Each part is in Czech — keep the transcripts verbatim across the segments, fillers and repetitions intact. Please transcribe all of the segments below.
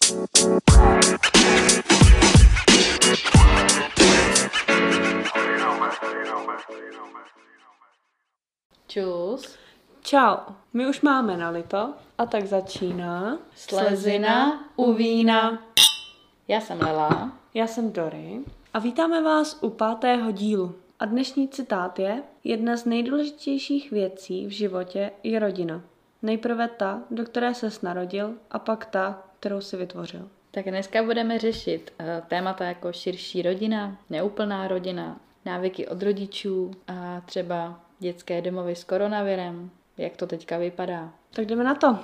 Čus. Čau, my už máme nalito a tak začíná Slezina u vína. Já jsem Lela. Já jsem Dory a vítáme vás u pátého dílu. A dnešní citát je: jedna z nejdůležitějších věcí v životě je rodina. Nejprve ta, do které ses narodil, a pak ta, kterou si vytvořil. Tak dneska budeme řešit uh, témata jako širší rodina, neúplná rodina, návyky od rodičů a třeba dětské domovy s koronavirem, jak to teďka vypadá. Tak jdeme na to.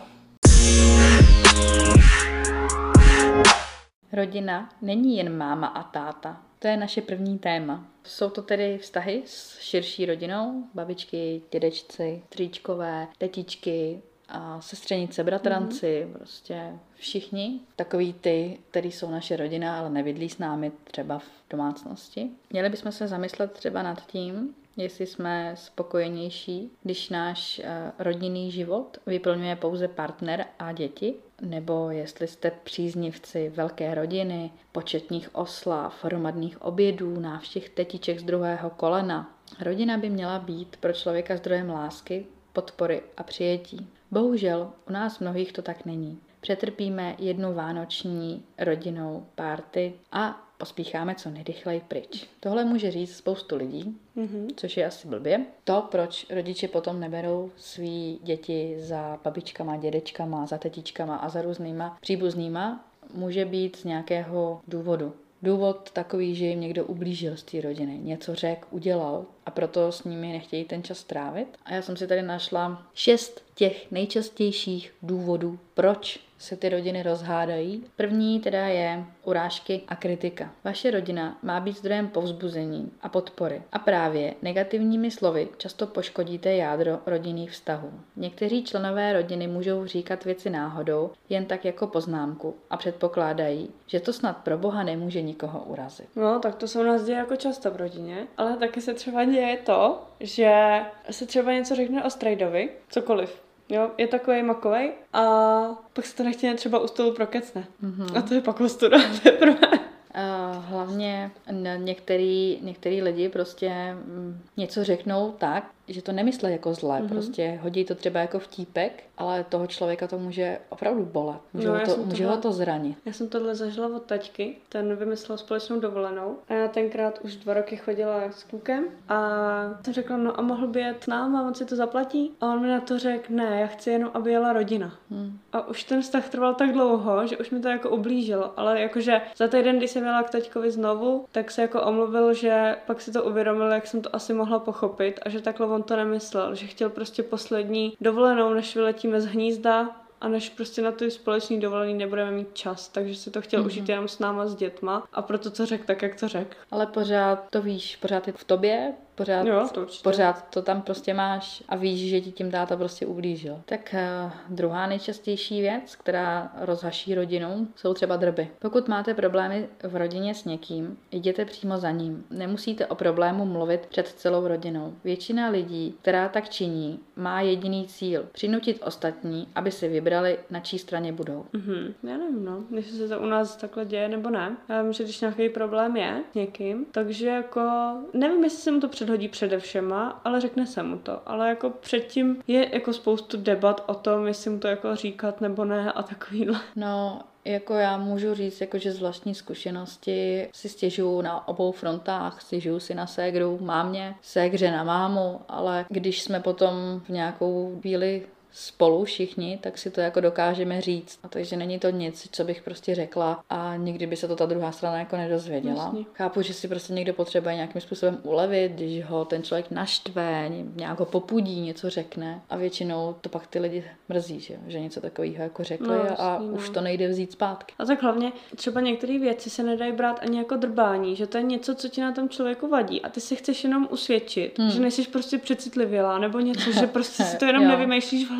Rodina není jen máma a táta. To je naše první téma. Jsou to tedy vztahy s širší rodinou, babičky, dědečci, strýčkové, tetičky, a sestřenice, bratranci, mm-hmm. prostě všichni. Takový ty, který jsou naše rodina, ale nebydlí s námi třeba v domácnosti. Měli bychom se zamyslet třeba nad tím, jestli jsme spokojenější, když náš uh, rodinný život vyplňuje pouze partner a děti, nebo jestli jste příznivci velké rodiny, početných oslav, hromadných obědů, návštěv tetiček z druhého kolena. Rodina by měla být pro člověka zdrojem lásky, podpory a přijetí. Bohužel u nás mnohých to tak není. Přetrpíme jednu vánoční rodinnou párty a pospícháme co nejrychleji pryč. Tohle může říct spoustu lidí, mm-hmm. což je asi blbě. To, proč rodiče potom neberou svý děti za babičkama, dědečkama, za tetičkama a za různýma příbuznýma, může být z nějakého důvodu. Důvod takový, že jim někdo ublížil z té rodiny, něco řekl, udělal a proto s nimi nechtějí ten čas trávit. A já jsem si tady našla šest těch nejčastějších důvodů, proč se ty rodiny rozhádají. První teda je urážky a kritika. Vaše rodina má být zdrojem povzbuzení a podpory. A právě negativními slovy často poškodíte jádro rodinných vztahů. Někteří členové rodiny můžou říkat věci náhodou, jen tak jako poznámku a předpokládají, že to snad pro Boha nemůže nikoho urazit. No, tak to se u nás děje jako často v rodině, ale taky se třeba děje to, že se třeba něco řekne o strejdovi, cokoliv. Jo, je takovej makovej a pak se to nechtěně třeba u stolu prokecne. Mm-hmm. A to je pak ostuda teprve. Uh, hlavně některý, některý lidi prostě mm, něco řeknou tak, že to nemyslí jako zlé, mm-hmm. prostě hodí to třeba jako vtípek, ale toho člověka to může opravdu bolet, může, no, ho, to, může tohle, ho to zranit. Já jsem tohle zažila od taťky, ten vymyslel společnou dovolenou a já tenkrát už dva roky chodila s klukem a jsem řekla, no a mohl by jet s náma, on si to zaplatí? A on mi na to řekl, ne, já chci jenom, aby jela rodina. Hmm. A už ten vztah trval tak dlouho, že už mi to jako ublížilo, ale jakože za týden, když jsem jela k taťkovi znovu, tak se jako omluvil, že pak si to uvědomil, jak jsem to asi mohla pochopit a že takhle on to nemyslel, že chtěl prostě poslední dovolenou, než vyletíme z hnízda a než prostě na tu společný dovolený nebudeme mít čas, takže si to chtěl mm-hmm. užít jenom s náma, s dětma a proto to řekl tak, jak to řekl. Ale pořád to víš, pořád je v tobě, pořád, jo, to pořád to tam prostě máš a víš, že ti tím táta prostě ublížil. Tak uh, druhá nejčastější věc, která rozhaší rodinu, jsou třeba drby. Pokud máte problémy v rodině s někým, jděte přímo za ním. Nemusíte o problému mluvit před celou rodinou. Většina lidí, která tak činí, má jediný cíl. Přinutit ostatní, aby si vybrali, na čí straně budou. Mm-hmm. Já nevím, no. Jestli se to u nás takhle děje nebo ne. Já vím, že když nějaký problém je s někým, takže jako nevím, jestli se mu to předhodí přede všema, ale řekne se mu to. Ale jako předtím je jako spoustu debat o tom, jestli mu to jako říkat nebo ne a takovýhle. No, jako já můžu říct, jako že z vlastní zkušenosti si stěžuju na obou frontách, stěžuju si na ségru, mámě, ségře na mámu, ale když jsme potom v nějakou chvíli spolu všichni, tak si to jako dokážeme říct. A takže není to nic, co bych prostě řekla a nikdy by se to ta druhá strana jako nedozvěděla. Jasně. Chápu, že si prostě někdo potřebuje nějakým způsobem ulevit, když ho ten člověk naštve, nějak ho popudí, něco řekne a většinou to pak ty lidi mrzí, že, že něco takového jako řekli no, jasný, a no. už to nejde vzít zpátky. A tak hlavně třeba některé věci se nedají brát ani jako drbání, že to je něco, co ti na tom člověku vadí a ty si chceš jenom usvědčit, hmm. že nejsiš prostě přecitlivělá nebo něco, že prostě si to jenom nevymýšlíš v hlavě.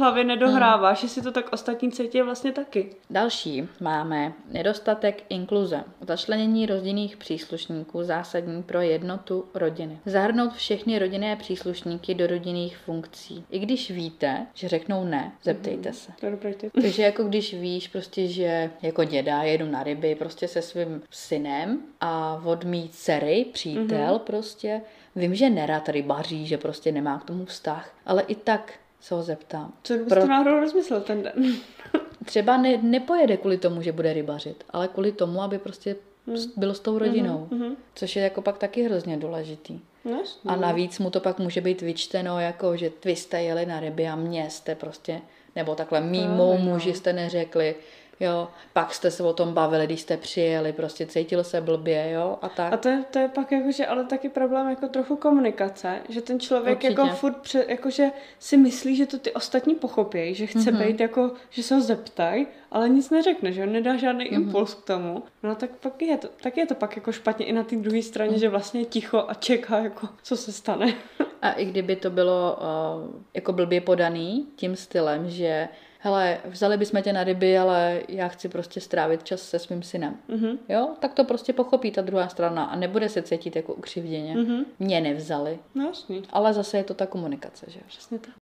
hlavě nedohrává, hmm. že si to tak ostatní cítí vlastně taky. Další máme nedostatek inkluze. Začlenění rodinných příslušníků zásadní pro jednotu rodiny. Zahrnout všechny rodinné příslušníky do rodinných funkcí. I když víte, že řeknou ne, zeptejte se. To je dobrý tip. Takže jako když víš prostě, že jako děda jedu na ryby prostě se svým synem a od mý dcery, přítel mm-hmm. prostě, vím, že nerad rybaří, že prostě nemá k tomu vztah, ale i tak se ho zeptám. Co kdybyste Pro... náhodou rozmyslel ten den? Třeba ne, nepojede kvůli tomu, že bude rybařit, ale kvůli tomu, aby prostě mm. byl s tou rodinou, mm-hmm. což je jako pak taky hrozně důležitý. Yes, a navíc mu to pak může být vyčteno jako, že vy jste jeli na ryby a mě jste prostě, nebo takhle mýmu muži jste neřekli, jo, pak jste se o tom bavili, když jste přijeli, prostě cítil se blbě, jo, a tak. A to je, to je pak jakože, ale taky problém jako trochu komunikace, že ten člověk Určitě. jako furt pře, jakože si myslí, že to ty ostatní pochopí, že chce mm-hmm. být jako, že se ho zeptají, ale nic neřekne, že on nedá žádný mm-hmm. impuls k tomu. No tak pak je to, tak je to pak jako špatně i na té druhé straně, mm-hmm. že vlastně je ticho a čeká, jako, co se stane. A i kdyby to bylo uh, jako blbě podaný tím stylem, že hele, vzali bychom tě na ryby, ale já chci prostě strávit čas se svým synem. Mm-hmm. Jo, tak to prostě pochopí ta druhá strana a nebude se cítit jako ukřivděně. Mm-hmm. Mě nevzali. No jasný. Ale zase je to ta komunikace, že? Přesně tak.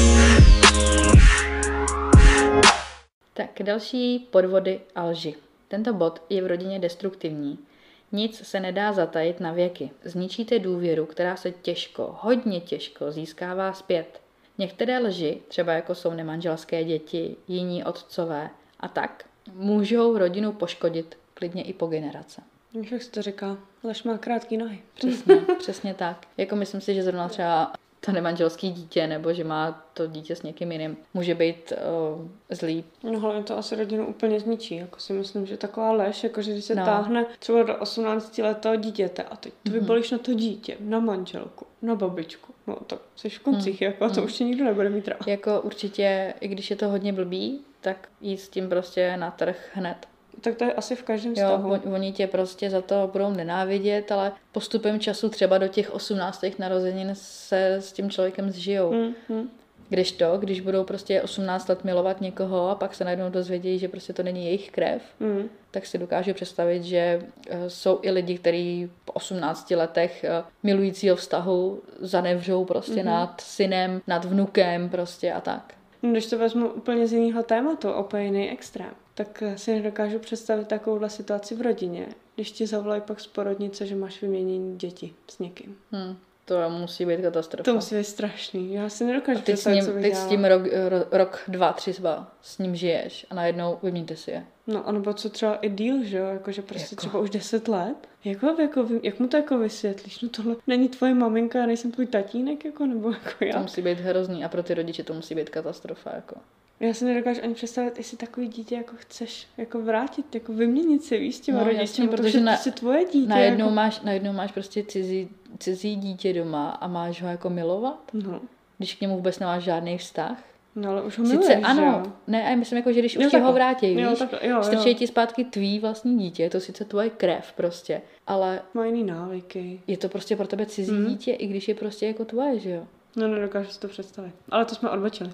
Tak další podvody a lži. Tento bod je v rodině destruktivní. Nic se nedá zatajit na věky. Zničíte důvěru, která se těžko, hodně těžko získává zpět. Některé lži, třeba jako jsou nemanželské děti, jiní otcové a tak, můžou rodinu poškodit klidně i po generace. Jak se to říká, lež má krátký nohy. Přesně, přesně tak. Jako myslím si, že zrovna třeba to nemanželský dítě, nebo že má to dítě s někým jiným, může být uh, zlý. No hlavně to asi rodinu úplně zničí. Jako si myslím, že taková lež, jako že když se no. táhne třeba do osmnácti letého dítěte a teď to mm-hmm. vybalíš na to dítě, na manželku, na babičku. No tak jsi v koncích, mm. jako to mm. už ti nikdo nebude mít rád. Jako určitě, i když je to hodně blbý, tak jít s tím prostě na trh hned. Tak to je asi v každém jo, vztahu. On, oni tě prostě za to budou nenávidět, ale postupem času třeba do těch osmnáctých narozenin se s tím člověkem zžijou. Mm, mm. Když to, když budou prostě osmnáct let milovat někoho a pak se najednou dozvědějí, že prostě to není jejich krev, mm. tak si dokážu představit, že uh, jsou i lidi, kteří po osmnácti letech uh, milujícího vztahu zanevřou prostě mm-hmm. nad synem, nad vnukem prostě a tak. Když to vezmu úplně z jiného tématu, úplně jiný extrém, tak si nedokážu představit takovouhle situaci v rodině, když ti zavolají pak z porodnice, že máš vyměnění děti s někým. Hmm. To musí být katastrofa. To musí být strašný. Já si nedokážu teď představit, ním, co bych teď s tím rok, ro, rok, dva, tři zba s ním žiješ a najednou vyměňte si je. No, anebo co třeba i díl, že jo, jakože prostě jako. Třeba už deset let. Jako, jako, jak mu to jako vysvětlíš? No tohle není tvoje maminka, já nejsem tvůj tatínek, jako, nebo jako já. To musí být hrozný a pro ty rodiče to musí být katastrofa, jako. Já si nedokážu ani představit, jestli takový dítě jako chceš jako vrátit, jako vyměnit si, víš, s těma no, rodičem, protože na, prostě tvoje dítě. Najednou, jako... máš, najednou máš prostě cizí, cizí dítě doma a máš ho jako milovat, no. Když k němu vůbec nemáš žádný vztah. No ale už ho miluješ, sice ano, jo? ne, a myslím jako, že když jo, už ti ho vrátí, jo, víš, strčí ti zpátky tvý vlastní dítě, je to sice tvoje krev prostě, ale má jiný návyky. Je to prostě pro tebe cizí mm. dítě, i když je prostě jako tvoje, že jo? No nedokážu si to představit, ale to jsme odbočili.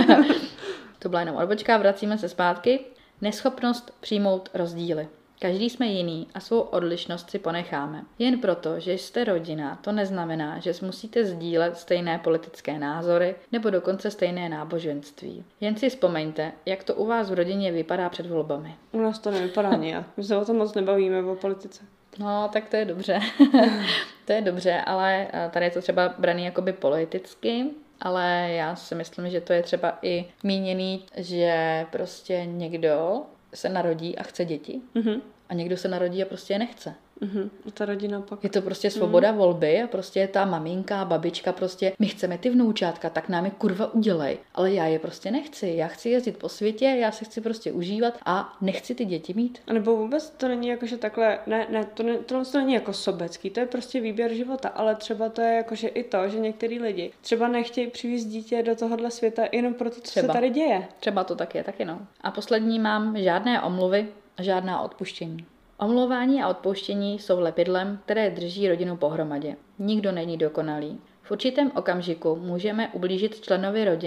To byla jenom odbočka, vracíme se zpátky. Neschopnost přijmout rozdíly. Každý jsme jiný a svou odlišnost si ponecháme. Jen proto, že jste rodina, to neznamená, že musíte sdílet stejné politické názory nebo dokonce stejné náboženství. Jen si vzpomeňte, jak to u vás v rodině vypadá před volbami. U nás to nevypadá nějak. My se o tom moc nebavíme, o politice. No, tak to je dobře. To je dobře, ale tady je to třeba braný jakoby politicky, ale já si myslím, že to je třeba i míněný, že prostě někdo se narodí a chce děti mm-hmm. a někdo se narodí a prostě je nechce. Mm-hmm. A ta rodina pak... Je to prostě svoboda mm. volby a prostě ta maminka, babička prostě, my chceme ty vnoučátka, tak nám je kurva udělej. Ale já je prostě nechci. Já chci jezdit po světě, já si chci prostě užívat a nechci ty děti mít. A nebo vůbec to není jako, že takhle, ne, ne, to, ne, to, to není jako sobecký, to je prostě výběr života, ale třeba to je jako, že i to, že některý lidi třeba nechtějí přivést dítě do tohohle světa jenom proto, co třeba. se tady děje. Třeba to tak je, taky no. A poslední mám žádné omluvy a žádná odpuštění. Omlouvání a odpouštění jsou lepidlem, které drží rodinu pohromadě. Nikdo není dokonalý. V určitém okamžiku můžeme ublížit členovi rodiny,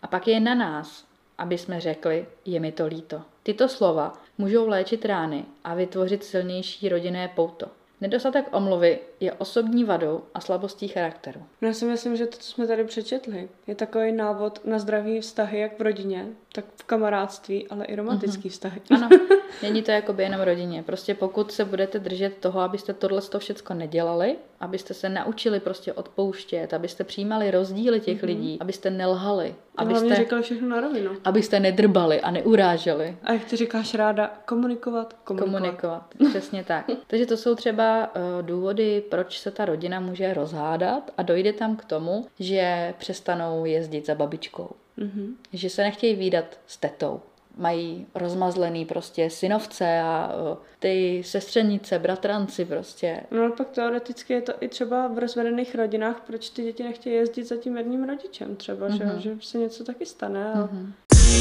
A pak je na nás, aby jsme řekli, je mi to líto. Tyto slova můžou léčit rány a vytvořit silnější rodinné pouto. Nedostatek omluvy je osobní vadou a slabostí charakteru. No já si myslím, že to, co jsme tady přečetli, je takový návod na zdravý vztahy jak v rodině, tak v kamarádství, ale i romantický mm-hmm. vztahy. Ano, není to jakoby jenom rodině. Prostě pokud se budete držet toho, abyste tohle všecko nedělali, abyste se naučili prostě odpouštět, abyste přijímali rozdíly těch mm-hmm. lidí, abyste nelhali, abyste hlavně říkali všechno na rovinu. Abyste nedrbali a neuráželi. A jak ty říkáš ráda, komunikovat, komunikovat. Komunikovat, přesně tak. Takže to jsou třeba uh, důvody, proč se ta rodina může rozhádat a dojde tam k tomu, že přestanou jezdit za babičkou. Mm-hmm. Že se nechtějí vídat s tetou. Mají rozmazlený prostě synovce a uh, ty sestřenice, bratranci prostě. No ale pak teoreticky je to i třeba v rozvedených rodinách, proč ty děti nechtějí jezdit za tím jedním rodičem třeba, mm-hmm. že, že se něco taky stane. A... Mm-hmm.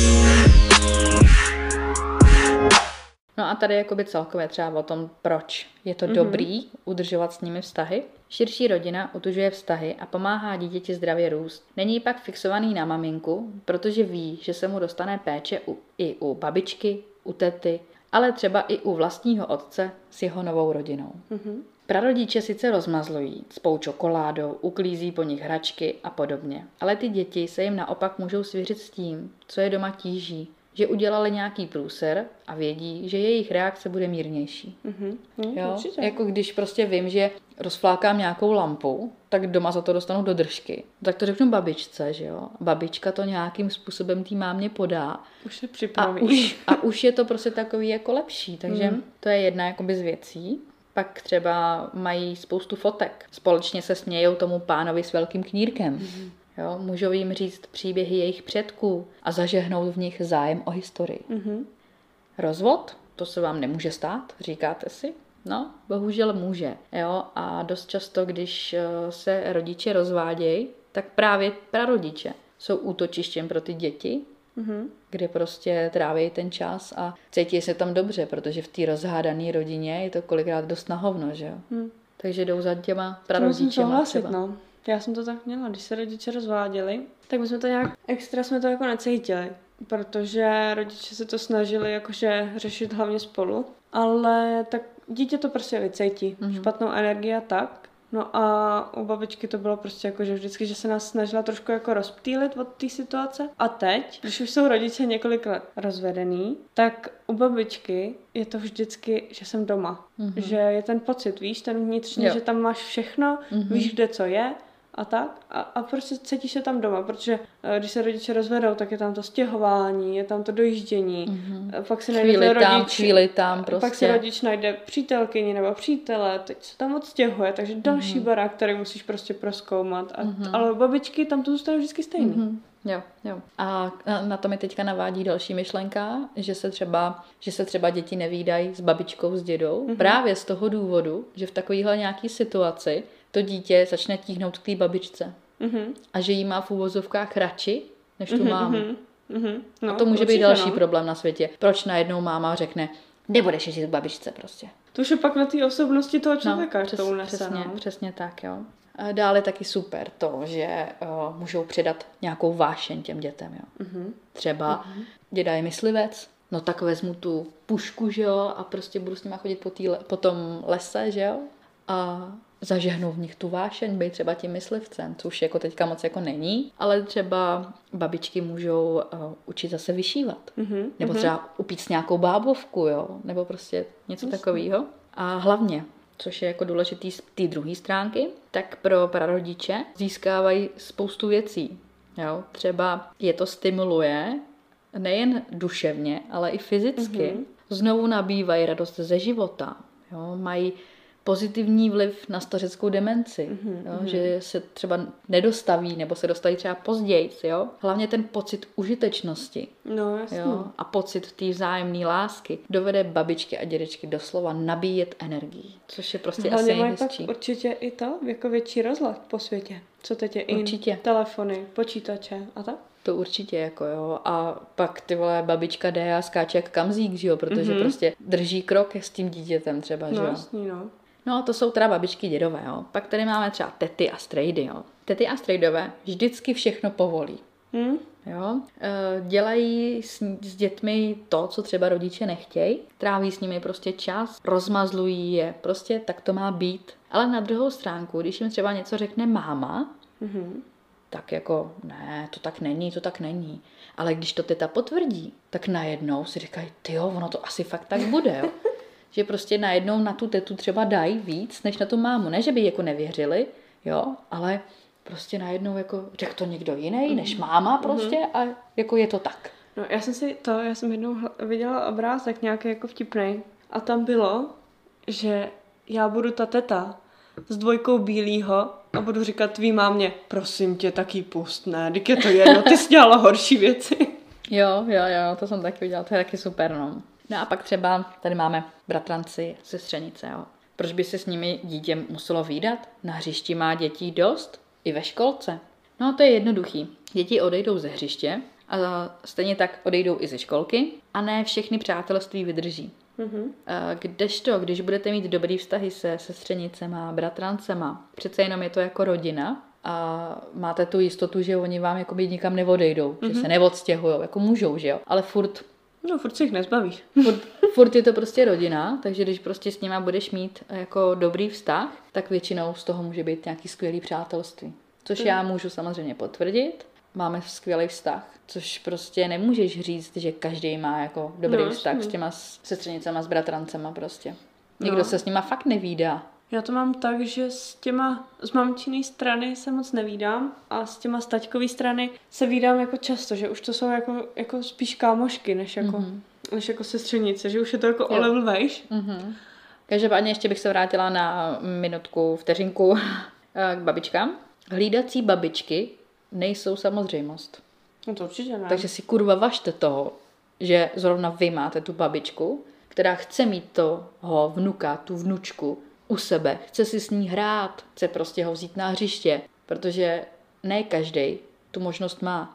No a tady jakoby celkově třeba o tom, proč je to mm-hmm. dobrý udržovat s nimi vztahy. Širší rodina utužuje vztahy a pomáhá dítěti zdravě růst. Není pak fixovaný na maminku, protože ví, že se mu dostane péče u, i u babičky, u tety, ale třeba i u vlastního otce s jeho novou rodinou. Mm-hmm. Prarodiče sice rozmazlují, spou čokoládou, uklízí po nich hračky a podobně, ale ty děti se jim naopak můžou svěřit s tím, co je doma tíží, že udělali nějaký průser a vědí, že jejich reakce bude mírnější. Mm-hmm. Mm, jo? Jako když prostě vím, že rozflákám nějakou lampu, tak doma za to dostanu do držky. Tak to řeknu babičce, že jo. Babička to nějakým způsobem tý mámě podá. Už se připraví. A už, a už je to prostě takový jako lepší. Takže mm. to je jedna jakoby z věcí. Pak třeba mají spoustu fotek. Společně se smějou tomu pánovi s velkým knírkem. Mm. Jo, můžou jim říct příběhy jejich předků a zažehnout v nich zájem o historii. Mm-hmm. Rozvod? To se vám nemůže stát, říkáte si? No, bohužel může. Jo, a dost často, když se rodiče rozvádějí, tak právě prarodiče jsou útočištěm pro ty děti, mm-hmm. kde prostě tráví ten čas a cítí se tam dobře, protože v té rozhádané rodině je to kolikrát dost na hovno, že jo? Mm. Takže jdou za těma prarodičema třeba. No. Já jsem to tak měla, když se rodiče rozváděli, tak my jsme to nějak extra jsme to jako necítili, protože rodiče se to snažili jakože řešit hlavně spolu, ale tak dítě to prostě vycítí, mm-hmm. špatnou energii a tak. No a u babičky to bylo prostě jako, že vždycky, že se nás snažila trošku jako rozptýlit od té situace. A teď, když už jsou rodiče několik let rozvedený, tak u babičky je to vždycky, že jsem doma. Mm-hmm. Že je ten pocit, víš, ten vnitřní, jo. že tam máš všechno, mm-hmm. víš, kde co je. A tak. A, a prostě cítíš se tam doma, protože když se rodiče rozvedou, tak je tam to stěhování, je tam to dojíždění. Mm-hmm. Pak si najde chvíli rodič, tam, chvíli tam prostě. Pak si rodič najde přítelkyni nebo přítele, teď se tam odstěhuje, takže další mm-hmm. barák, který musíš prostě prozkoumat. A, mm-hmm. Ale babičky tam to zůstane vždycky stejný. Mm-hmm. Jo, jo. A na to mi teďka navádí další myšlenka, že se třeba, že se třeba děti nevídají s babičkou, s dědou, mm-hmm. právě z toho důvodu, že v takovéhle nějaký situaci to dítě začne tíhnout k té babičce. Mm-hmm. A že jí má v úvozovkách radši, než tu mm-hmm, mámu. Mm-hmm. No, a to může být další no. problém na světě. Proč najednou máma řekne, nebudeš jezdit k babičce prostě. To už je pak na té osobnosti toho člověka, no, přes, to unese. Přesně, no. přesně tak, jo. A dále taky super to, že uh, můžou předat nějakou vášeň těm dětem, jo. Mm-hmm. Třeba mm-hmm. děda je myslivec, no tak vezmu tu pušku, že jo, a prostě budu s nima chodit po, tý, po tom lese, že jo. A zažehnou v nich tu vášeň, být třeba tím myslivcem, což jako teďka moc jako není, ale třeba babičky můžou uh, učit zase vyšívat. Mm-hmm. Nebo třeba upít nějakou bábovku, jo, nebo prostě něco Just. takového. A hlavně, což je jako důležitý z té druhé stránky, tak pro prarodiče získávají spoustu věcí. Jo. Třeba je to stimuluje nejen duševně, ale i fyzicky. Mm-hmm. Znovu nabývají radost ze života. Jo. Mají pozitivní vliv na stařeckou demenci, mm-hmm. jo, že se třeba nedostaví nebo se dostaví třeba později, jo. Hlavně ten pocit užitečnosti no, jasně. jo, a pocit té vzájemné lásky dovede babičky a dědečky doslova nabíjet energii, což je prostě hlavně asi nejhezčí. Hlavně mají určitě i to jako větší rozhled po světě, co teď je určitě. In, telefony, počítače a tak. To určitě jako jo. A pak ty vole babička jde a skáče jak kamzík, že jo, protože mm-hmm. prostě drží krok s tím dítětem třeba, že jo. No jasný, no. No a to jsou teda babičky, dědové, jo. Pak tady máme třeba tety a strejdy, jo. Tety a strejdové vždycky všechno povolí. Hmm? Jo? E, dělají s, s dětmi to, co třeba rodiče nechtějí, tráví s nimi prostě čas, rozmazlují je, prostě tak to má být. Ale na druhou stránku, když jim třeba něco řekne máma, Mm-hmm. tak jako ne, to tak není, to tak není. Ale když to teta potvrdí, tak najednou si říkají, tyjo, ono to asi fakt tak bude, jo. Že prostě najednou na tu tetu třeba dají víc, než na tu mámu. Ne, že by jako nevěřili, jo, ale prostě najednou jako řekl to někdo jiný, než máma prostě a jako je to tak. No, já jsem si to, já jsem jednou viděla obrázek nějaký jako vtipnej a tam bylo, že já budu ta teta s dvojkou bílýho a budu říkat tvý mámě, prosím tě, taky pust, ne, teď je to jedno, ty jsi dělala horší věci. Jo, jo, jo, to jsem taky udělala, to je taky super, no. No a pak třeba tady máme bratranci, sestřenice, jo. Proč by se s nimi dítě muselo vídat? Na hřišti má dětí dost, i ve školce. No to je jednoduchý. Děti odejdou ze hřiště a stejně tak odejdou i ze školky a ne všechny přátelství vydrží. Mm-hmm. Kdežto, když budete mít dobrý vztahy se sestřenicema, bratrancema, přece jenom je to jako rodina a máte tu jistotu, že oni vám jakoby nikam neodejdou, mm-hmm. že se neodstěhujou, jako můžou, že jo, ale furt No, furt si jich nezbavíš. Furt, furt je to prostě rodina, takže když prostě s nima budeš mít jako dobrý vztah, tak většinou z toho může být nějaký skvělý přátelství. Což mm. já můžu samozřejmě potvrdit. Máme skvělý vztah, což prostě nemůžeš říct, že každý má jako dobrý no, vztah s těma sestřenicama, s bratrancema prostě. Někdo no. se s nima fakt nevídá. Já to mám tak, že s těma z mamčiný strany se moc nevídám a s těma z taťkový strany se vídám jako často, že už to jsou jako, jako spíš kámošky, než jako, mm-hmm. než jako sestřenice, že už je to jako o level vejš. Mm-hmm. Každopádně ještě bych se vrátila na minutku, vteřinku k babičkám. Hlídací babičky nejsou samozřejmost. No to určitě ne. Takže si kurva važte toho, že zrovna vy máte tu babičku, která chce mít toho vnuka, tu vnučku u sebe, chce si s ní hrát, chce prostě ho vzít na hřiště, protože ne každý tu možnost má.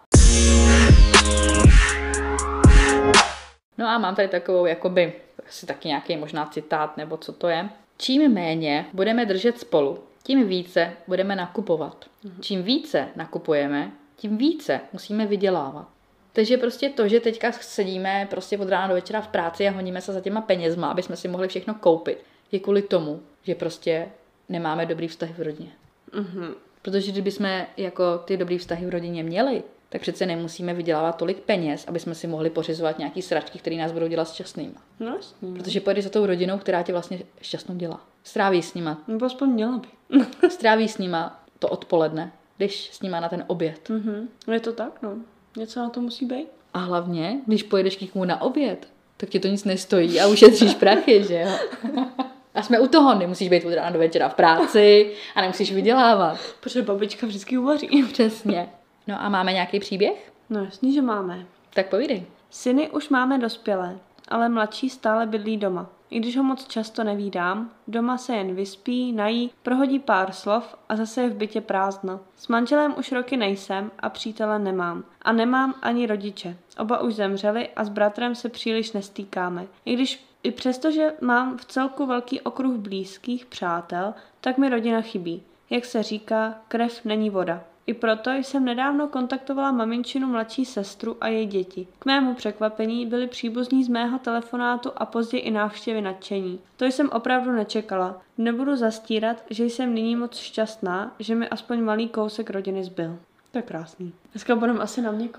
No a mám tady takovou, jakoby, asi taky nějaký možná citát, nebo co to je. Čím méně budeme držet spolu, tím více budeme nakupovat. Čím více nakupujeme, tím více musíme vydělávat. Takže prostě to, že teďka sedíme prostě od rána do večera v práci a honíme se za těma penězma, aby jsme si mohli všechno koupit, je kvůli tomu, že prostě nemáme dobrý vztahy v rodině. Mm-hmm. Protože kdyby jsme jako ty dobrý vztahy v rodině měli, tak přece nemusíme vydělávat tolik peněz, aby jsme si mohli pořizovat nějaký sračky, které nás budou dělat šťastnýma. No jasně. Protože pojedeš za tou rodinou, která tě vlastně šťastnou dělá. Stráví s nima. Nebo aspoň měla by. Stráví s nima to odpoledne, když s nima na ten oběd. Mm-hmm. Je to tak, no. Něco na to musí být. A hlavně, když pojedeš k někomu na oběd, tak ti to nic nestojí a ušetříš prachy, že jo? A jsme u toho, nemusíš být od rána do večera v práci a nemusíš vydělávat. Protože babička vždycky uvaří. Přesně. No a máme nějaký příběh? No jasně, že máme. Tak povídej. Syny už máme dospělé, ale mladší stále bydlí doma. I když ho moc často nevídám, doma se jen vyspí, nají, prohodí pár slov a zase je v bytě prázdno. S manželem už roky nejsem a přítele nemám. A nemám ani rodiče. Oba už zemřeli a s bratrem se příliš nestýkáme. I když i přesto, že mám v celku velký okruh blízkých přátel, tak mi rodina chybí. Jak se říká, krev není voda. I proto jsem nedávno kontaktovala maminčinu mladší sestru a její děti. K mému překvapení byli příbuzní z mého telefonátu a později i návštěvy nadšení. To jsem opravdu nečekala. Nebudu zastírat, že jsem nyní moc šťastná, že mi aspoň malý kousek rodiny zbyl. To je krásný. Dneska budeme asi na měko.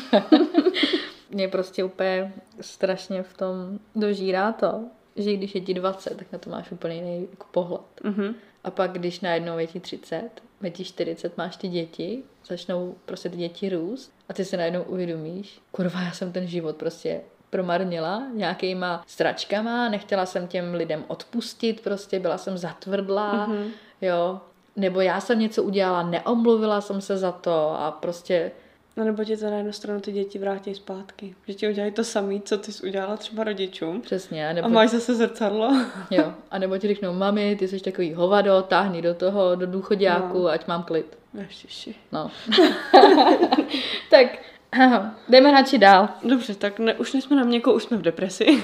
Mě prostě úplně strašně v tom dožírá to, že když je ti dvacet, tak na to máš úplně jiný pohled. Mm-hmm. A pak, když najednou je ti třicet, je ti čtyřicet, máš ty děti, začnou prostě ty děti růst a ty se najednou uvědomíš, kurva, já jsem ten život prostě promarnila nějakýma stračkama, nechtěla jsem těm lidem odpustit, prostě byla jsem zatvrdlá, mm-hmm. jo, nebo já jsem něco udělala, neomluvila jsem se za to a prostě... No nebo ti to na jednu stranu ty děti vrátí zpátky. Že ti udělají to samé, co ty jsi udělala třeba rodičům. Přesně. Nebo... A máš zase zrcadlo. Jo. A nebo ti řeknou, mami, ty jsi takový hovado, táhni do toho, do důchoďáku, no. Ať mám klid. Ježiši. No. Tak, jdeme radši dál. Dobře, tak ne, už nejsme na měko, už jsme v depresi.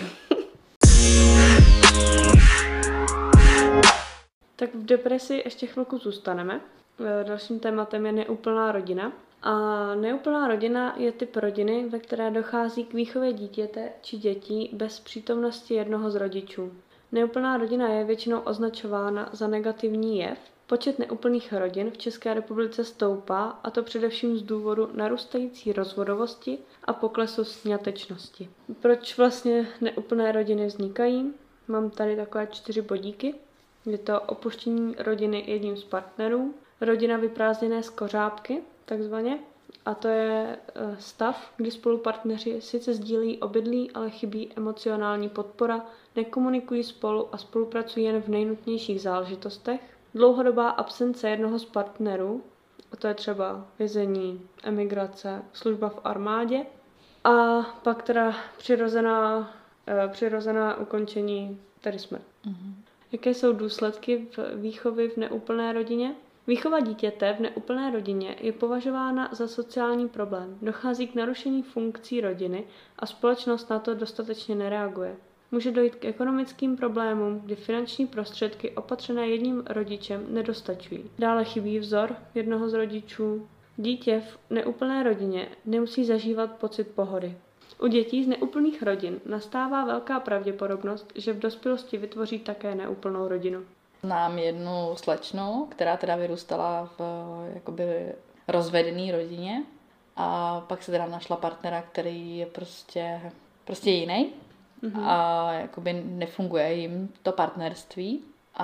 Tak v depresi ještě chvilku zůstaneme. Dalším tématem je neúplná rodina. A neúplná rodina je typ rodiny, ve které dochází k výchově dítěte či dětí bez přítomnosti jednoho z rodičů. Neúplná rodina je většinou označována za negativní jev. Počet neúplných rodin v České republice stoupá, a to především z důvodu narůstající rozvodovosti a poklesu sňatečnosti. Proč vlastně neúplné rodiny vznikají? Mám tady takové čtyři bodíky. Je to opuštění rodiny jedním z partnerů, rodina vyprázdněné z kořápky, takzvaně, a to je stav, kdy spolupartneři sice sdílí obydlí, ale chybí emocionální podpora, nekomunikují spolu a spolupracují jen v nejnutnějších záležitostech. Dlouhodobá absence jednoho z partnerů, a to je třeba vězení, emigrace, služba v armádě, a pak teda přirozená, přirozená ukončení, tedy smrt. Mm-hmm. Jaké jsou důsledky v výchovy v neúplné rodině? Výchova dítěte v neúplné rodině je považována za sociální problém. Dochází k narušení funkcí rodiny a společnost na to dostatečně nereaguje. Může dojít k ekonomickým problémům, kdy finanční prostředky opatřené jedním rodičem nedostačují. Dále chybí vzor jednoho z rodičů. Dítě v neúplné rodině nemusí zažívat pocit pohody. U dětí z neúplných rodin nastává velká pravděpodobnost, že v dospělosti vytvoří také neúplnou rodinu. Znám jednu slečnu, která teda vyrůstala v jakoby rozvedené rodině a pak se teda našla partnera, který je prostě, prostě jiný mm-hmm. a jakoby nefunguje jim to partnerství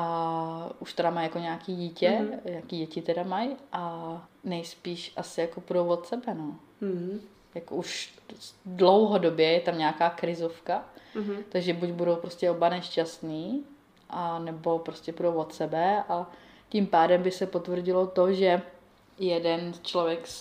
a už teda má jako nějaký dítě, mm-hmm. jaký děti teda mají a nejspíš asi jako půjdou od sebe, no. Mm-hmm. Jako už dlouhodobě je tam nějaká krizovka, mm-hmm. takže buď budou prostě oba nešťastní, a nebo prostě půjdou od sebe a tím pádem by se potvrdilo to, že jeden člověk z,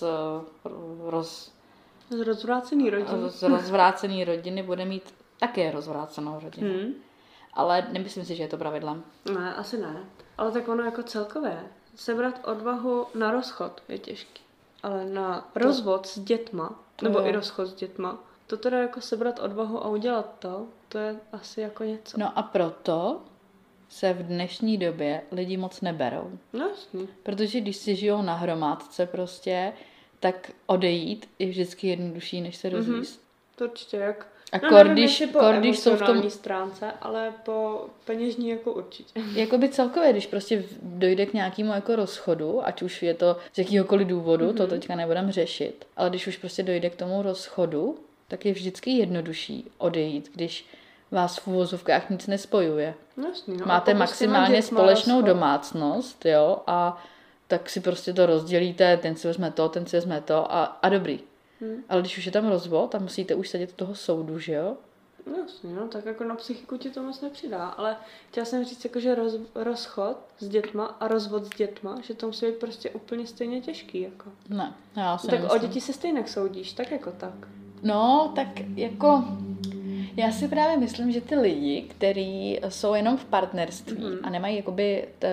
roz, z rozvrácený rodiny. z rozvrácený rodiny bude mít také rozvrácenou rodinu. Hmm. Ale nemyslím si, že je to pravidlem. Ne, asi ne. Ale tak ono jako celkové. Sebrat odvahu na rozchod je těžký. Ale na rozvod to, s dětma, nebo je. i rozchod s dětma, to teda jako sebrat odvahu a udělat to, to je asi jako něco. No a proto se v dnešní době lidi moc neberou. No jasný. Protože když si žijou na hromádce prostě, tak odejít je vždycky jednodušší, než se rozvíst. Mm-hmm. To určitě jak. A no, kor, nevím, když, po kor, když jsou v tom stránce, ale po peněžní jako určitě. Jakoby celkově, když prostě dojde k nějakému jako rozchodu, ať už je to z jakýhokoliv důvodu, mm-hmm. to teďka nebudem řešit, ale když už prostě dojde k tomu rozchodu, tak je vždycky jednodušší odejít, když vás v uvozovkách nic nespojuje. Jasný, no, máte maximálně společnou domácnost, jo, a tak si prostě to rozdělíte, ten si vezme to, ten si vezme to a, a dobrý. Hmm. Ale když už je tam rozvod, tam musíte už sedět u toho soudu, že jo? No jasně, no, tak jako na psychiku ti to moc nepřidá, ale chtěla jsem říct, jako, že roz, rozchod s dětma a rozvod s dětma, že to musí být prostě úplně stejně těžký, jako. Ne, já si Tak nemyslím. o děti se stejně soudíš, tak jako tak. No, tak jako... Já si právě myslím, že ty lidi, kteří jsou jenom v partnerství mm-hmm. a nemají jakoby to,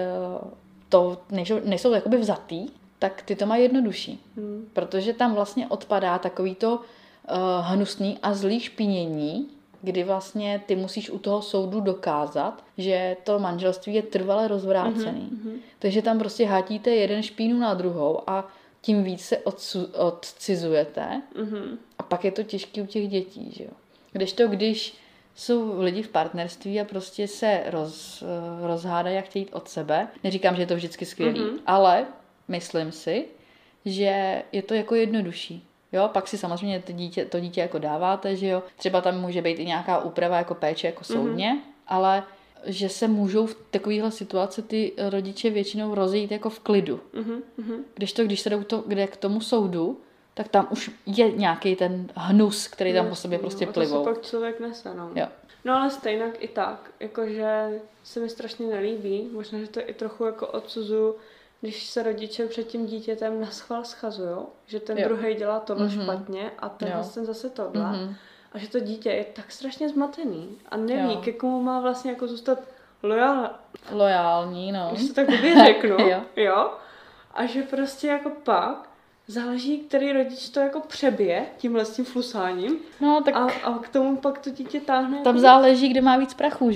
to nejsou, nejsou jakoby vzatý, tak ty to mají jednodušší. Mm. Protože tam vlastně odpadá takový to uh, hnusný a zlý špinění, kdy vlastně ty musíš u toho soudu dokázat, že to manželství je trvale rozvrácený. Mm-hmm. Takže tam prostě hátíte jeden špínu na druhou a tím víc se odsu, odcizujete mm-hmm. a pak je to těžký u těch dětí, že jo. Kdežto, když jsou lidi v partnerství a prostě se roz, rozhádají a chtějí jít od sebe, neříkám, že je to vždycky skvělý, mm-hmm. ale myslím si, že je to jako jednodušší. Jo, pak si samozřejmě to dítě, to dítě jako dáváte, že jo, třeba tam může být i nějaká úprava jako péče, jako soudně, mm-hmm. ale že se můžou v takovéhle situaci ty rodiče většinou rozejít jako v klidu. Mm-hmm. Kdežto, když se jdou to, kde k tomu soudu, tak tam už je nějaký ten hnus, který tam po sobě prostě plivou. A to se pak člověk nese, no. Jo. No ale stejně i tak, jakože se mi strašně nelíbí, možná, že to i trochu jako odsuzuju, když se rodiče před tím dítětem naschvál schazujou, že ten jo. druhej dělá tohle mm-hmm. špatně a tenhle ten zase tohle. Mm-hmm. A že to dítě je tak strašně zmatený a neví, jo. ke komu má vlastně jako zůstat lojál... lojální, no. Když to tak blbě řeknu, jo. jo. A že prostě jako pak záleží, který rodič to jako přebije tímhle s tím flusáním. No, tak a, a k tomu pak to dítě táhne. Tam jako záleží, kde má víc prachu, že jo?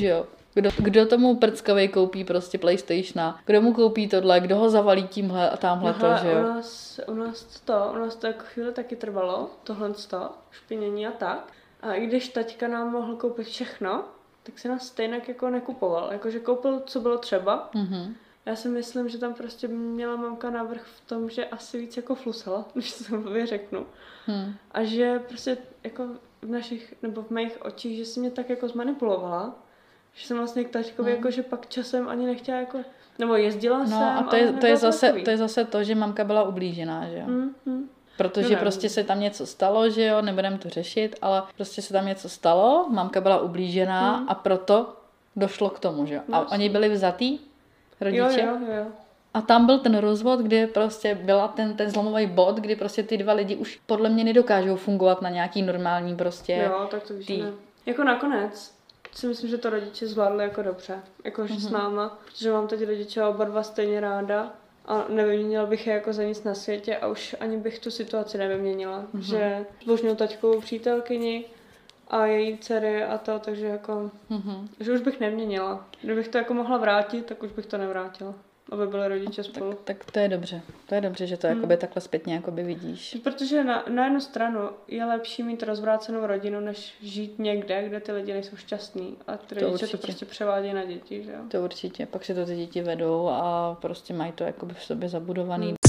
Kdo, kdo tomu prckovi koupí prostě PlayStationa, kdo mu koupí tohle, kdo ho zavalí tímhle a tamhle no, to, že jo? U nás, u nás to, u nás to jako chvíli taky trvalo, tohle to, špinění a tak. A i když taťka nám mohl koupit všechno, tak se nás stejně jako nekupoval. Jakože koupil, co bylo třeba. Mm-hmm. Já si myslím, že tam prostě měla mamka návrh v tom, že asi víc jako flusala, když to blbě řeknu. Hmm. A že prostě jako v našich, nebo v mých očích, že si mě tak jako zmanipulovala, že jsem vlastně k taťkovi hmm. jako, že pak časem ani nechtěla jako, nebo jezdila no, jsem. No a to je, to, je zase, to je zase to, že mamka byla ublížená, že jo. Hmm. Hmm. Protože no, prostě se tam něco stalo, že jo, nebudem to řešit, ale prostě se tam něco stalo, mamka byla ublížená hmm. a proto došlo k tomu, že jo. A oni byli vzatý, rodiče. Jo, jo, jo. A tam byl ten rozvod, kde prostě byla ten, ten zlomový bod, kdy prostě ty dva lidi už podle mě nedokážou fungovat na nějaký normální prostě... Jo, tak to víš, tý... ne. Jako nakonec si myslím, že to rodiče zvládli jako dobře, jako mm-hmm. s náma, protože mám teď rodiče oba dva stejně ráda a nevyměnila bych je jako za nic na světě a už ani bych tu situaci nevyměnila, mm-hmm. že zbožňuji taťkovou přítelkyni a její dcery a to, takže jako, mm-hmm. že už bych neměnila. Kdybych to jako mohla vrátit, tak už bych to nevrátila. Aby byly rodiče spolu. Tak, tak to je dobře. To je dobře, že to hmm. jakoby takhle zpětně jakoby vidíš. Protože na, na jednu stranu je lepší mít rozvrácenou rodinu, než žít někde, kde ty lidi nejsou šťastní. A ty to rodiče určitě. To prostě převádějí na děti, že jo? To určitě. Pak si to ty děti vedou a prostě mají to jakoby v sobě zabudovaný. Hmm.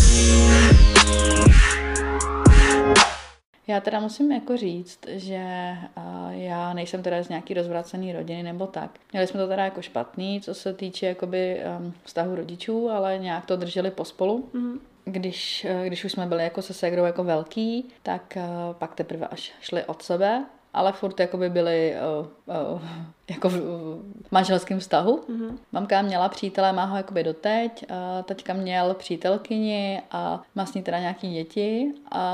Já teda musím jako říct, že uh, já nejsem teda z nějaký rozvracený rodiny nebo tak. Měli jsme to teda jako špatný, co se týče jakoby um, vztahu rodičů, ale nějak to drželi pospolu. Mm. Když, uh, když už jsme byli jako se ségrou jako velký, tak uh, pak teprve až šli od sebe, ale furt jakoby byli uh, uh, jako v, v manželském vztahu. Mm. Mamka měla přítele, má ho jakoby doteď, uh, taťka měl přítelkyni a má s ní teda nějaký děti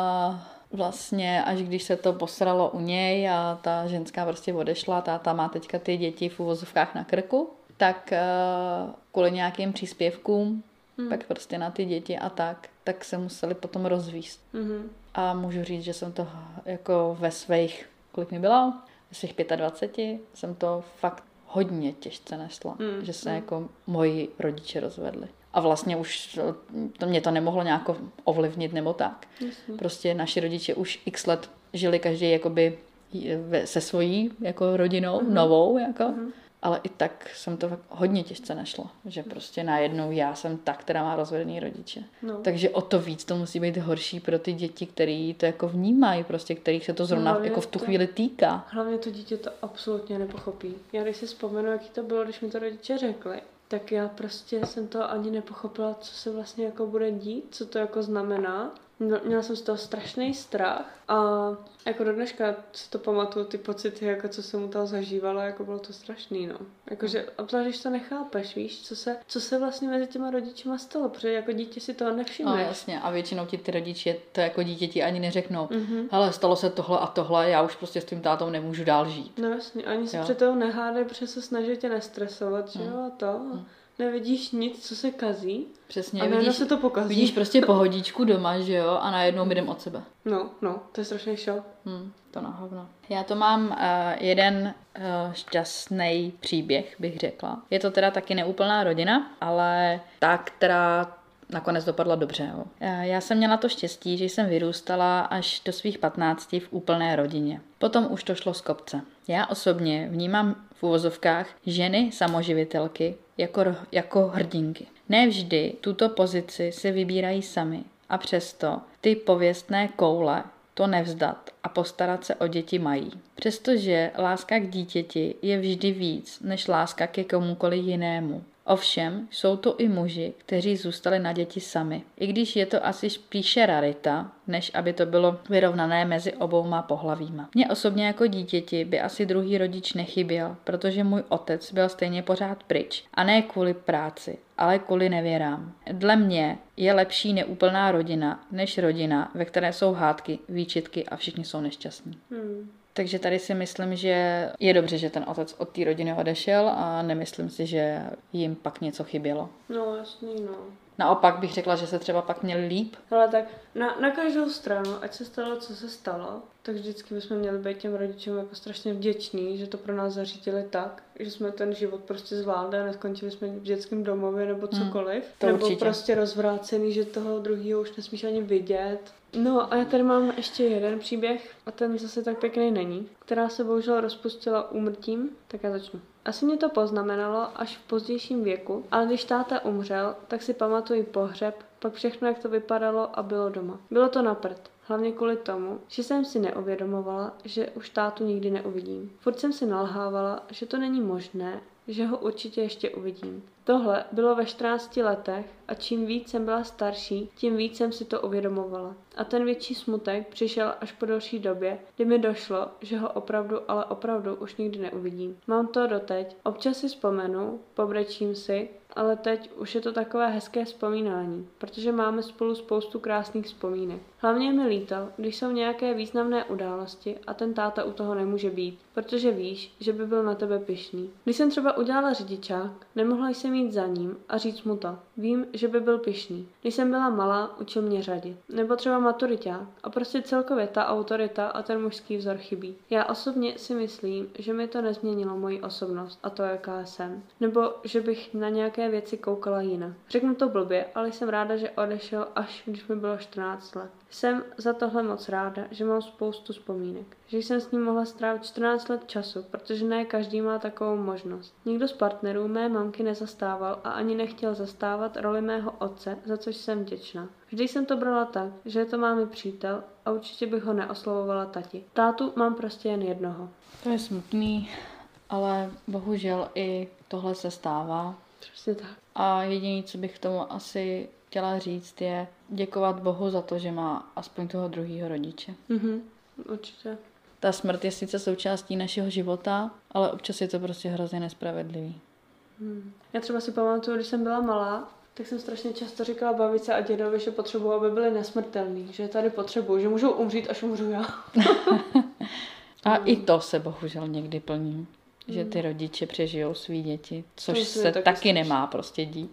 a vlastně až když se to posralo u něj a ta ženská prostě odešla, táta má teďka ty děti v uvozovkách na krku, tak uh, kvůli nějakým příspěvkům, hmm. pak prostě na ty děti a tak, tak se museli potom rozvíst. Hmm. A můžu říct, že jsem to jako ve svých, kolik mi bylo? Ve svých dvaceti pěti jsem to fakt hodně těžce nesla, hmm. že se hmm. jako moji rodiče rozvedli. A vlastně už to, mě to nemohlo nějak ovlivnit nebo tak. Jasně. Prostě naši rodiče už x let žili každý jakoby se svojí jako rodinou, uh-huh. novou jako. Uh-huh. Ale i tak jsem to hodně těžce nešla. Že prostě najednou já jsem ta, která má rozvedený rodiče. No. Takže o to víc to musí být horší pro ty děti, který to jako vnímají, prostě kterých se to zrovna hlavně jako v tu to, chvíli týká. Hlavně to dítě to absolutně nepochopí. Já když si vzpomenu, jaký to bylo, když mi to rodiče řekli, tak já prostě jsem to ani nepochopila, co se vlastně jako bude dít, co to jako znamená. Měla jsem z toho strašný strach a jako do dneška si to pamatuju, ty pocity, jako co jsem u toho zažívala, jako bylo to strašný, no. Jakože, obzvlášť, když to nechápeš, víš, co se, co se vlastně mezi těma rodičima stalo, protože jako dítě si toho nevšimneš. No jasně, a většinou ti ty rodiče to jako dítěti ani neřeknou, mm-hmm. hele, stalo se tohle a tohle, já už prostě s tím tátou nemůžu dál žít. No jasně, ani se před toho nehádají, protože se snaží tě nestresovat, že mm. jo, a to... Mm. Nevidíš nic, co se kazí. Přesně, a vidíš, se to pokazí. Vidíš prostě pohodičku doma, že jo, a najednou jdem od sebe. No, no, to je strašný šok. Hmm, to na hovno. Já to mám uh, jeden uh, šťastný příběh, bych řekla. Je to teda taky neúplná rodina, ale ta, která nakonec dopadla dobře. Jo. Já jsem měla to štěstí, že jsem vyrůstala až do svých patnácti v úplné rodině. Potom už to šlo z kopce. Já osobně vnímám v uvozovkách ženy samoživitelky jako, jako hrdinky. Ne vždy tuto pozici si vybírají sami a přesto ty pověstné koule to nevzdat a postarat se o děti mají. Přestože láska k dítěti je vždy víc než láska ke komukoli jinému. Ovšem jsou to i muži, kteří zůstali na děti sami. I když je to asi spíše rarita, než aby to bylo vyrovnané mezi obouma pohlavíma. Mně osobně jako dítěti by asi druhý rodič nechyběl, protože můj otec byl stejně pořád pryč. A ne kvůli práci, ale kvůli nevěrám. Dle mě je lepší neúplná rodina, než rodina, ve které jsou hádky, výčitky a všichni jsou nešťastní. Hmm. Takže tady si myslím, že je dobře, že ten otec od té rodiny odešel a nemyslím si, že jim pak něco chybělo. No jasný, no. Naopak bych řekla, že se třeba pak měli líp. Ale tak na, na každou stranu, ať se stalo, co se stalo, tak vždycky bychom měli být těm rodičům jako strašně vděční, že to pro nás zařídili tak, že jsme ten život prostě zvládli a neskončili jsme v dětském domově nebo cokoliv. Hmm, nebo určitě. prostě rozvrácený, že toho druhého už nesmíš ani vidět. No a já tady mám ještě jeden příběh a ten zase tak pěkný není, která se bohužel rozpustila úmrtím, tak já začnu. Asi mě to poznamenalo až v pozdějším věku, ale když táta umřel, tak si pamatuji pohřeb, pak všechno, jak to vypadalo a bylo doma. Bylo to na prd. Hlavně kvůli tomu, že jsem si neuvědomovala, že už tátu nikdy neuvidím. Furt jsem si nalhávala, že to není možné, že ho určitě ještě uvidím. Tohle bylo ve čtrnácti letech a čím víc jsem byla starší, tím víc jsem si to uvědomovala. A ten větší smutek přišel až po delší době, kdy mi došlo, že ho opravdu, ale opravdu už nikdy neuvidím. Mám to doteď, občas si vzpomenu, pobrečím si, ale teď už je to takové hezké vzpomínání, protože máme spolu spoustu krásných vzpomínek. Hlavně je mi líto, když jsou nějaké významné události a ten táta u toho nemůže být, protože víš, že by byl na tebe pyšný. Když jsem třeba udělala řidičák, nemohla jsem jít za ním a říct mu to. Vím, že by byl pyšný. Když jsem byla malá, učil mě řadit. Nebo třeba maturiťák a prostě celkově ta autorita a ten mužský vzor chybí. Já osobně si myslím, že mi to nezměnilo moji osobnost a to, jaká jsem. Nebo že bych na nějaké věci koukala jinak. Řeknu to blbě, ale jsem ráda, že odešel až když mi bylo čtrnáct let. Jsem za tohle moc ráda, že mám spoustu vzpomínek. Že jsem s ním mohla strávit čtrnáct let času, protože ne každý má takovou možnost. Nikdo z partnerů mé mamky nezastával a ani nechtěl zastávat roli mého otce, za což jsem vděčná. Vždy jsem to brala tak, že je to mámi přítel a určitě bych ho neoslovovala tati. Tátu mám prostě jen jednoho. To je smutný, ale bohužel i tohle se stává. Přesně tak. A jediné, co bych k tomu asi chtěla říct, je děkovat Bohu za to, že má aspoň toho druhého rodiče. Mhm, určitě. Ta smrt je sice součástí našeho života, ale občas je to prostě hrozně nespravedlivý. Hmm. Já třeba si pamatuju, když jsem byla malá, tak jsem strašně často říkala babice a dědovi, že potřebuji, aby byli nesmrtelní, že je tady potřebuji, že můžou umřít, až umřu já. A i to se bohužel někdy plní, že ty rodiče přežijou svý děti, což To se taky taky strašně. nemá prostě dít.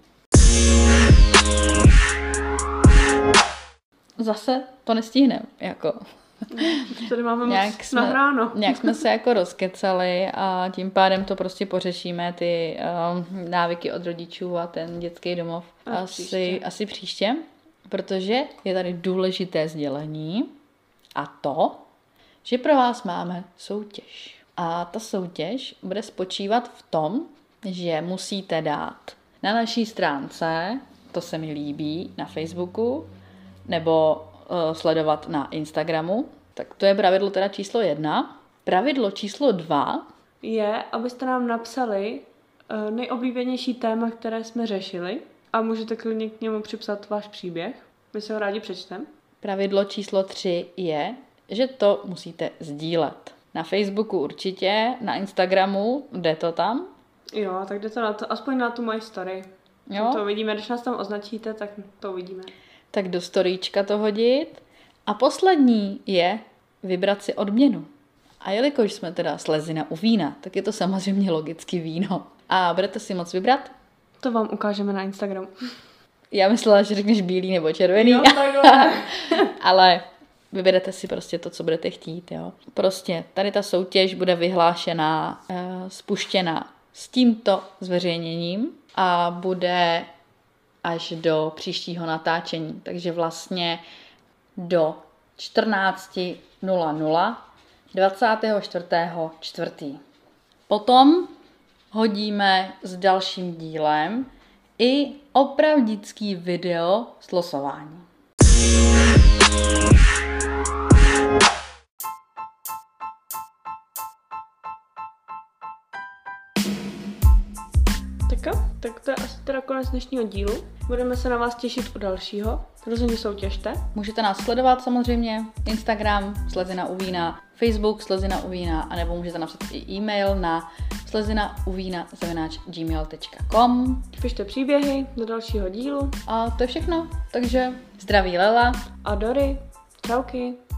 Zase to nestihneme, jako. Už tady máme Nějak moc jsme- nahráno. Nějak jsme se jako rozkecali a tím pádem to prostě pořešíme, ty um, návyky od rodičů a ten dětský domov Až asi příště. asi příště, protože je tady důležité sdělení a to, že pro vás máme soutěž. A ta soutěž bude spočívat v tom, že musíte dát na naší stránce, to se mi líbí, na Facebooku, nebo uh, sledovat na Instagramu. Tak to je pravidlo teda číslo jedna. Pravidlo číslo dva. Je, abyste nám napsali uh, nejoblíbenější téma, které jsme řešili a můžete klidně k němu připsat váš příběh. My se ho rádi přečtem. Pravidlo číslo tři je, že to musíte sdílet. Na Facebooku určitě, na Instagramu, jde to tam. Jo, tak jde to na to, aspoň na tu moji story. Jo? To uvidíme, když nás tam označíte, tak to uvidíme. Tak do storíčka to hodit. A poslední je vybrat si odměnu. A jelikož jsme teda slezina u vína, tak je to samozřejmě logicky víno. A budete si moc vybrat? To vám ukážeme na Instagramu. Já myslela, že řekneš bílý nebo červený. Jo, takhle. Ale vyberete si prostě to, co budete chtít. Jo? Prostě tady ta soutěž bude vyhlášená, uh, spuštěna s tímto zveřejněním a bude až do příštího natáčení. Takže vlastně do čtrnáct nula nula dvacátého čtvrtého čtvrtého Potom hodíme s dalším dílem i opravdický video z losování. Tak jo, tak to je asi teda konec dnešního dílu. Budeme se na vás těšit u dalšího. Rozhodně soutěžte. Můžete nás sledovat samozřejmě, Instagram Slezina u vína, Facebook Slezina u vína, anebo můžete napsat i e-mail na slezinauvina zavináč gmail tečka com. Pište příběhy do dalšího dílu. A to je všechno, takže zdraví Lela. A Dory. Čauky.